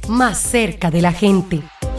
más cerca de la gente.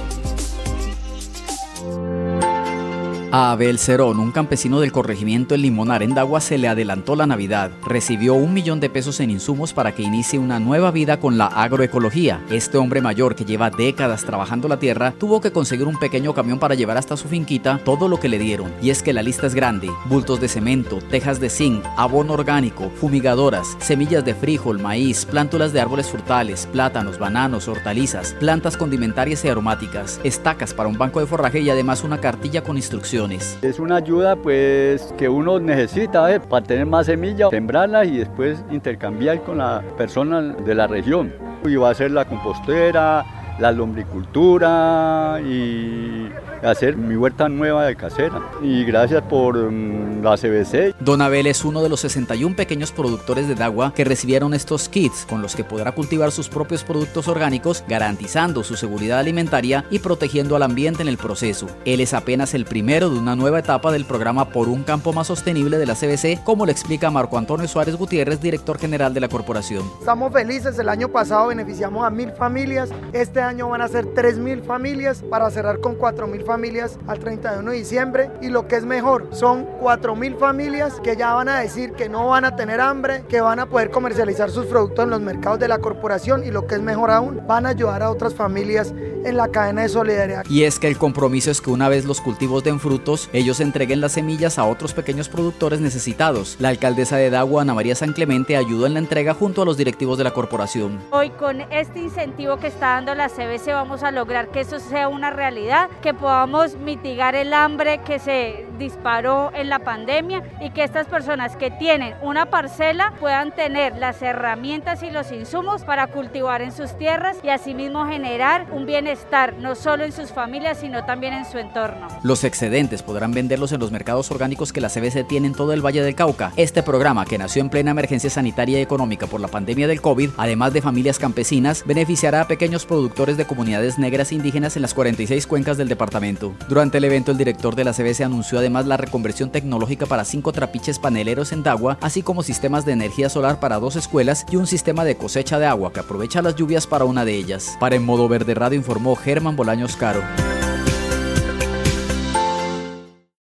A Abel Cerón, un campesino del corregimiento El Limonar en Dagua, se le adelantó la Navidad. Recibió 1 millón de pesos en insumos para que inicie una nueva vida con la agroecología. Este hombre mayor, que lleva décadas trabajando la tierra, tuvo que conseguir un pequeño camión para llevar hasta su finquita todo lo que le dieron. Y es que la lista es grande: bultos de cemento, tejas de zinc, abono orgánico, fumigadoras, semillas de frijol, maíz, plántulas de árboles frutales, plátanos, bananos, hortalizas, plantas condimentarias y aromáticas, estacas para un banco de forraje y además una cartilla con instrucciones. Es una ayuda pues que uno necesita para tener más semillas, sembrarlas y después intercambiar con la persona de la región. Y va a ser la compostera, la lombricultura y hacer mi huerta nueva de casera. Y gracias por la CBC. Don Abel es uno de los 61 pequeños productores de Dagua que recibieron estos kits con los que podrá cultivar sus propios productos orgánicos, garantizando su seguridad alimentaria y protegiendo al ambiente en el proceso. Él es apenas el primero de una nueva etapa del programa Por un Campo Más Sostenible de la CBC, como le explica Marco Antonio Suárez Gutiérrez, director general de la corporación. Estamos felices, el año pasado beneficiamos a 1.000 familias, este año van a ser 3.000 familias para cerrar con 4.000 familias al 31 de diciembre, y lo que es mejor, son 4.000 familias que ya van a decir que no van a tener hambre, que van a poder comercializar sus productos en los mercados de la corporación, y lo que es mejor aún, van a ayudar a otras familias en la cadena de solidaridad. Y es que el compromiso es que una vez los cultivos den frutos, ellos entreguen las semillas a otros pequeños productores necesitados. La alcaldesa de Dagua, Ana María San Clemente, ayudó en la entrega junto a los directivos de la corporación. Hoy, con este incentivo que está dando la CBC, vamos a lograr que eso sea una realidad, que podamos mitigar el hambre que se disparó en la pandemia y que estas personas que tienen una parcela puedan tener las herramientas y los insumos para cultivar en sus tierras y asimismo generar un bienestar no solo en sus familias sino también en su entorno. Los excedentes podrán venderlos en los mercados orgánicos que la CBC tiene en todo el Valle del Cauca. Este programa, que nació en plena emergencia sanitaria y económica por la pandemia del COVID, además de familias campesinas, beneficiará a pequeños productores de comunidades negras e indígenas en las 46 cuencas del departamento. Durante el evento, el director de la CBC anunció además la reconversión tecnológica para 5 trapiches paneleros en Dagua, así como sistemas de energía solar para 2 escuelas y un sistema de cosecha de agua que aprovecha las lluvias para una de ellas. Para En Modo Verde Radio informó Germán Bolaños Caro.